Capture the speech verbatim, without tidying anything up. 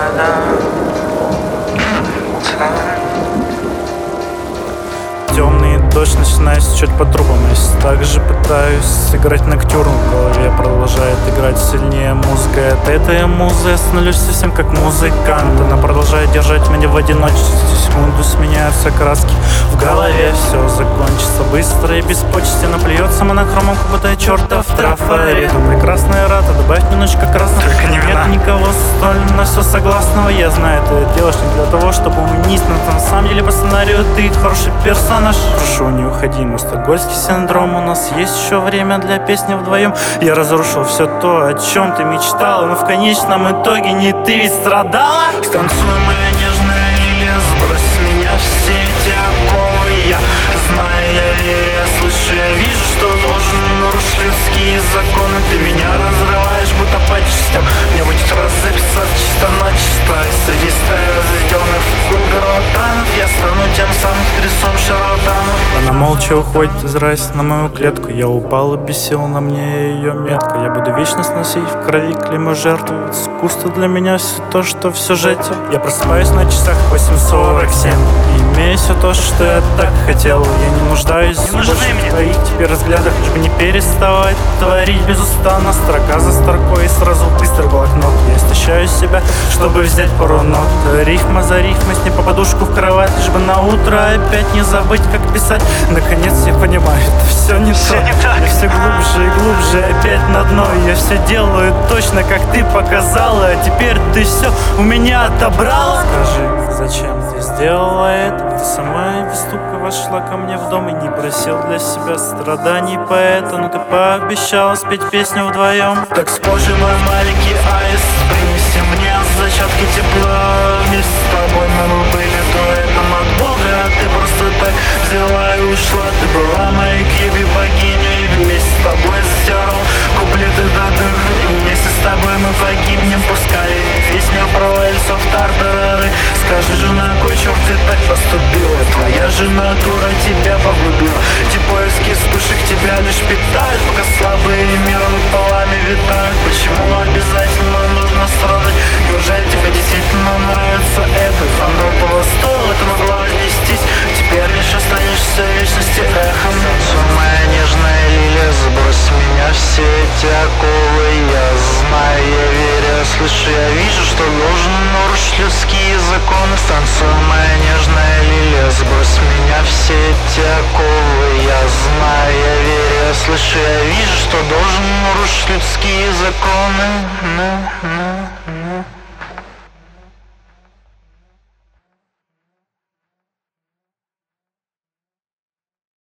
Темный дождь начинает стучать по трубам. Я также пытаюсь сыграть ноктюрн. В голове продолжает играть сильнее музыка. Это этой музы я становлюсь совсем как музыкант. Она продолжает держать меня в одиночестве. Секунду сменяются краски. В голове все закончится быстро и без почести. Наплюется монохромом, как будто я чертов трафарет. Прекрасная рата, добавь немножечко красного. Только не нет никого столь на все согласного. Я знаю, ты делаешь не для того, чтобы умнить, но на самом деле по сценарию ты хороший персонаж. Прошу, не уходи, мой стокгольмский синдром. У нас есть еще время для песни вдвоем. Я разрушил все то, о чем ты мечтала, но в конечном итоге не ты ведь страдала. Станцуй, моя нежная лилия, сбрось меня все эти оковы. Я знаю, я верю, я слышу, я вижу, что должен нарушить людские законы. Ты меня разрываешь, будто по частям. Мне будет раз записать чисто на чисто. Среди стаи разведенных в гугоротанов я стану тем самым трясом шарлатанов. Она молча уходит, взираясь на мою клетку. Я упал и бесил на мне ее метка. Я буду вечно сносить в крови клеймо жертвы. Искусство для меня все то, что в сюжете. Я просыпаюсь на часах восемь сорок семь и имею все то, что я так хотел. Я не нуждаюсь не больше в твоих теперь взглядах, лишь бы не переставать творить безустанно, строка за строкой, и сразу быстрый блокнот. Я истощаю себя, чтобы взять пару нот. Рифма за рифмой, с ней по подушку в кровать, лишь бы на утро опять не забыть, как писать. Наконец я понимаю, это все не все то не так. Я все глубже и глубже опять на дно. Я все делаю точно, как ты показала, а теперь ты все у меня отобрала. Скажи, зачем ты сделала это? Ты сама без стука вошла ко мне в дом и не просил для себя страданий поэта. Но ты пообещала спеть песню вдвоем. Так спой же, мой маленький аист, принеси мне зачатки тепла. Вместе с тобой мы были дуэтом от Бога, а ты просто так взяла и ушла. Ты была моей киви богиней, и вместе с тобой затерл куплеты до дыр. И вместе с тобой мы погибнем, пускай песня про эльсов тартарары. Скажи, жена, кой черт ты так поступила? Твоя жена дура тебя погубила. Те поиски вспышек тебя лишь питают, пока слабые миром полами витают. Почему обязательно нужно страдать? Неужели тебе действительно нравится это? Фандом того стоило, это могло отнестись. Теперь лишь останешься в вечности эхом. Моя нежная лилия, сбрось меня все эти оковы. Я знаю, я верю, я слышу, я вижу, что должен нарушить людские законы. Станцуй, моя нежная лилия, сбрось меня все эти оковы. Я знаю, я верю, я слышу, я вижу, что должен нарушить людские законы.